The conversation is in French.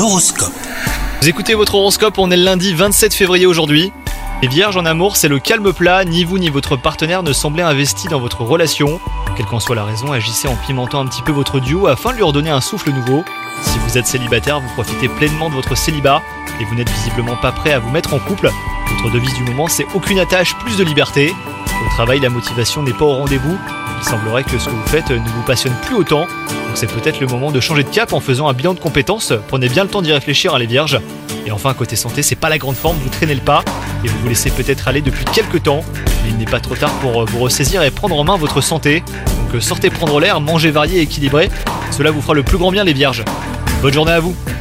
L'horoscope. Vous écoutez votre horoscope, on est le lundi 27 février aujourd'hui. Les vierges, en amour, c'est le calme plat, ni vous ni votre partenaire ne semblez investis dans votre relation. Quelle qu'en soit la raison, agissez en pimentant un petit peu votre duo afin de lui redonner un souffle nouveau. Si vous êtes célibataire, vous profitez pleinement de votre célibat et vous n'êtes visiblement pas prêt à vous mettre en couple. Votre devise du moment, c'est aucune attache, plus de liberté. Au travail, la motivation n'est pas au rendez-vous. Il semblerait que ce que vous faites ne vous passionne plus autant. Donc c'est peut-être le moment de changer de cap en faisant un bilan de compétences. Prenez bien le temps d'y réfléchir, les vierges. Et enfin, côté santé, c'est pas la grande forme, vous traînez le pas et vous vous laissez peut-être aller depuis quelques temps. Mais il n'est pas trop tard pour vous ressaisir et prendre en main votre santé. Donc sortez prendre l'air, mangez varié et équilibré. Cela vous fera le plus grand bien, les vierges. Bonne journée à vous.